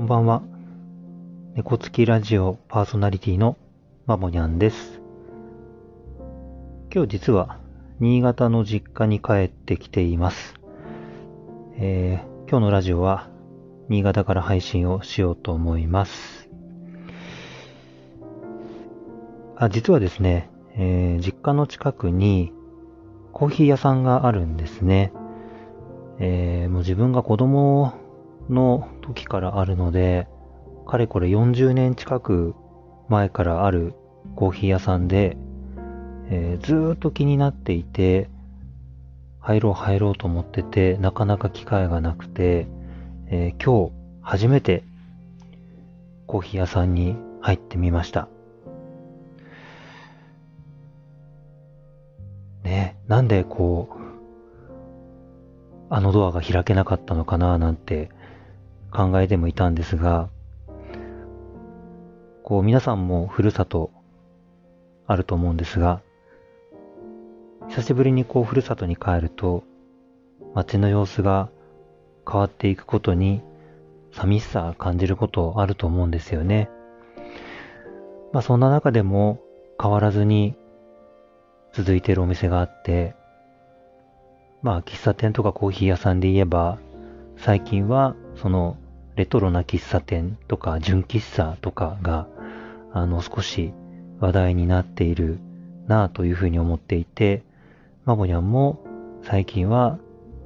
ばんは。猫つきラジオパーソナリティのまもにゃんです。今日実は新潟の実家に帰ってきています。今日のラジオは新潟から配信をしようと思います。実はですね、実家の近くにコーヒー屋さんがあるんですね。もう自分が子供の時からあるので、かれこれ40年近く前からあるコーヒー屋さんで、ずーっと気になっていて、入ろうと思ってて、なかなか機会がなくて、今日初めてコーヒー屋さんに入ってみました。ね、なんであのドアが開けなかったのかななんて考えてもいたんですが、皆さんもふるさとあると思うんですが、久しぶりにふるさとに帰ると、街の様子が変わっていくことに寂しさ感じることあると思うんですよね。そんな中でも変わらずに続いているお店があって、喫茶店とかコーヒー屋さんで言えば、最近はそのレトロな喫茶店とか純喫茶とかが少し話題になっているなぁというふうに思っていて、まぼにゃんも最近は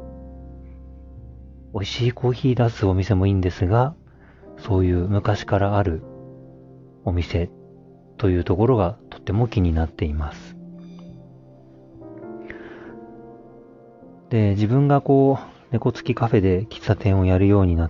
美味しいコーヒー出すお店もいいんですが、そういう昔からあるお店というところがとっても気になっています。で、自分が猫つきカフェで喫茶店をやるようになって、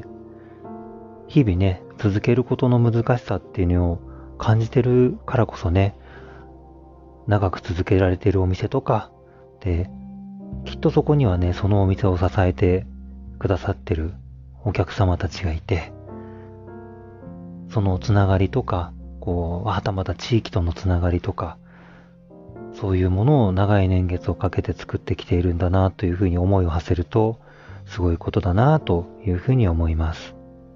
日々ね、続けることの難しさっていうのを感じてるからこそね、長く続けられているお店とか、で、きっとそこにはね、そのお店を支えてくださってるお客様たちがいて、そのつながりとか、はたまた地域とのつながりとか、そういうものを長い年月をかけて作ってきているんだなというふうに思いを馳せると、すごいことだなというふうに思います。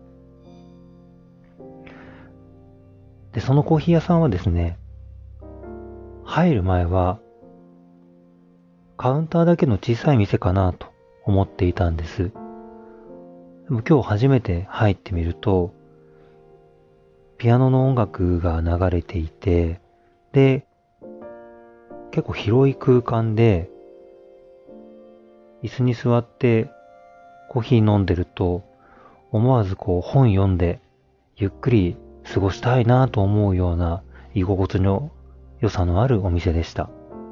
で、そのコーヒー屋さんはですね、入る前はカウンターだけの小さい店かなと思っていたんです。でも今日初めて入ってみると、ピアノの音楽が流れていて、で、結構広い空間で、椅子に座ってコーヒー飲んでると、思わず本読んで、ゆっくり過ごしたいなと思うような居心地の良さのあるお店でした。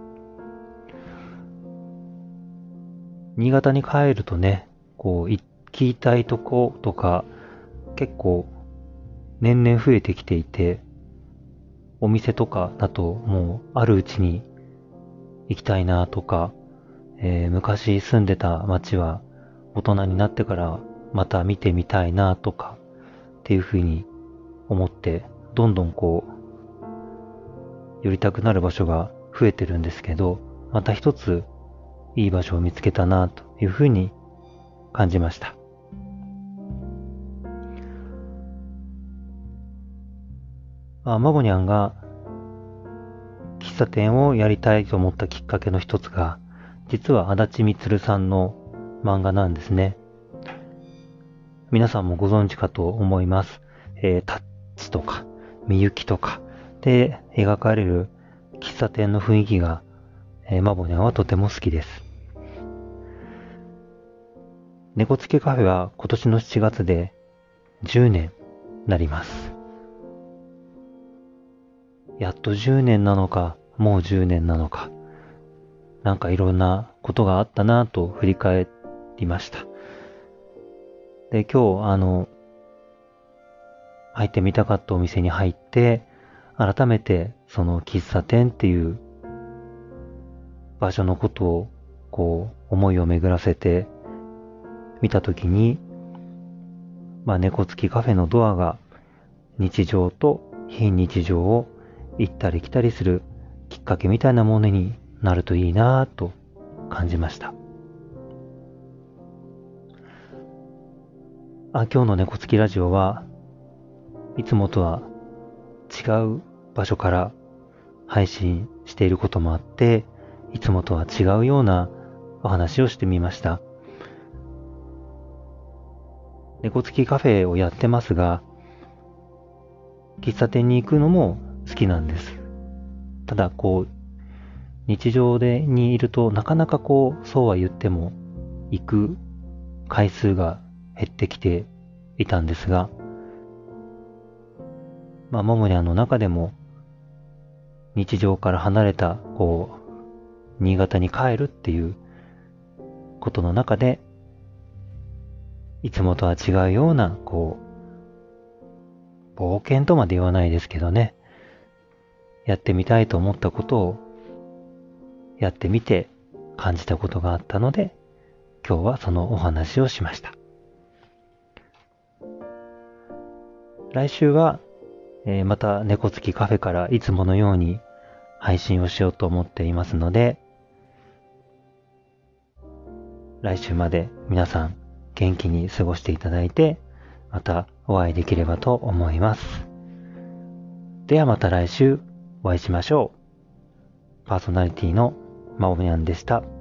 新潟に帰るとね、行きたいとことか、結構年々増えてきていて、お店とかだともうあるうちに行きたいなとか、昔住んでた街は大人になってからまた見てみたいなとかっていうふうに思って、どんどん寄りたくなる場所が増えてるんですけど、また一ついい場所を見つけたなというふうに感じました。まぼにゃんが喫茶店をやりたいと思ったきっかけの一つが、実は足立みつるさんの漫画なんですね。皆さんもご存知かと思います。タッチとか、みゆきとかで描かれる喫茶店の雰囲気が、まぼにゃんはとても好きです。猫つきカフェは今年の7月で10年なります。やっと10年なのか、もう10年なのか、なんかいろんなことがあったなぁと振り返りました。で、今日入ってみたかったお店に入って、改めてその喫茶店っていう場所のことを思いを巡らせて見たときに、猫つきカフェのドアが日常と非日常を行ったり来たりするきっかけみたいなものになるといいなぁと感じました。 今日の猫つきラジオはいつもとは違う場所から配信していることもあって、いつもとは違うようなお話をしてみました。猫つきカフェをやってますが、喫茶店に行くのも好きなんです。ただ日常にいるとなかなかそうは言っても行く回数が減ってきていたんですが、ももにゃんの中でも日常から離れた新潟に帰るっていうことの中で、いつもとは違うような冒険とまで言わないですけどね、やってみたいと思ったことをやってみて感じたことがあったので、今日はそのお話をしました。来週は、また猫つきカフェからいつものように配信をしようと思っていますので、来週まで皆さん元気に過ごしていただいて、またお会いできればと思います。ではまた来週お会いしましょう。パーソナリティのまおにゃんでした。